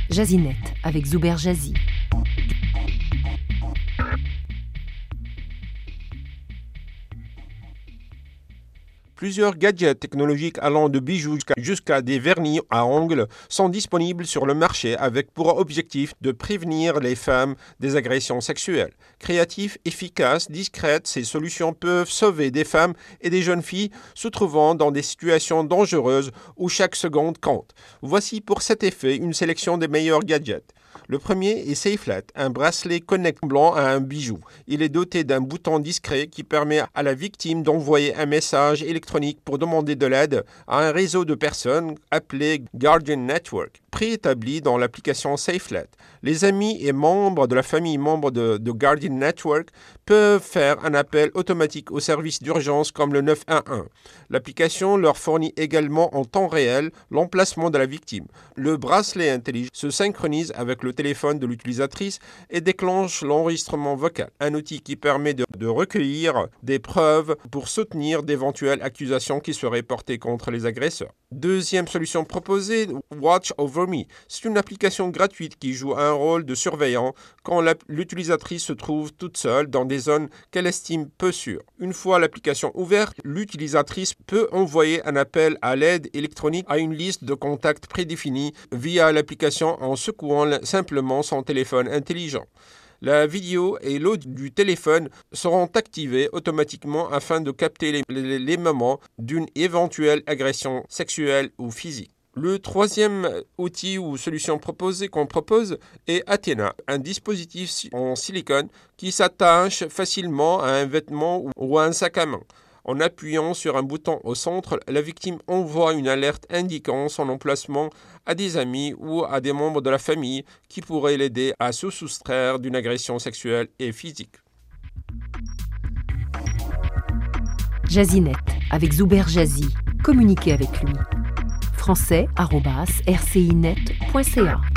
Jazinet avec Zuber Jazzy. Plusieurs gadgets technologiques allant de bijoux jusqu'à des vernis à ongles sont disponibles sur le marché avec pour objectif de prévenir les femmes des agressions sexuelles. Créatives, efficaces, discrètes, ces solutions peuvent sauver des femmes et des jeunes filles se trouvant dans des situations dangereuses où chaque seconde compte. Voici pour cet effet une sélection des meilleurs gadgets. Le premier est SafeLet, un bracelet connecté blanc à un bijou. Il est doté d'un bouton discret qui permet à la victime d'envoyer un message électronique pour demander de l'aide à un réseau de personnes appelé Guardian Network, préétabli dans l'application SafeLet. Les amis et membres de la famille membres de Guardian Network peuvent faire un appel automatique au service d'urgence comme le 911. L'application leur fournit également en temps réel l'emplacement de la victime. Le bracelet intelligent se synchronise avec le téléphone de l'utilisatrice et déclenche l'enregistrement vocal, un outil qui permet de recueillir des preuves pour soutenir d'éventuelles accusations qui seraient portées contre les agresseurs. Deuxième solution proposée, Watch Over Me. C'est une application gratuite qui joue un rôle de surveillant quand l'utilisatrice se trouve toute seule dans des zones qu'elle estime peu sûres. Une fois l'application ouverte, l'utilisatrice peut envoyer un appel à l'aide électronique à une liste de contacts prédéfinis via l'application en secouant simplement son téléphone intelligent. La vidéo et l'audio du téléphone seront activés automatiquement afin de capter les moments d'une éventuelle agression sexuelle ou physique. Le troisième outil ou solution qu'on propose est Athena, un dispositif en silicone qui s'attache facilement à un vêtement ou à un sac à main. En appuyant sur un bouton au centre, la victime envoie une alerte indiquant son emplacement à des amis ou à des membres de la famille qui pourraient l'aider à se soustraire d'une agression sexuelle et physique. Jazinet avec Zuber Jazzy. Communiquez avec lui. français@rcinet.ca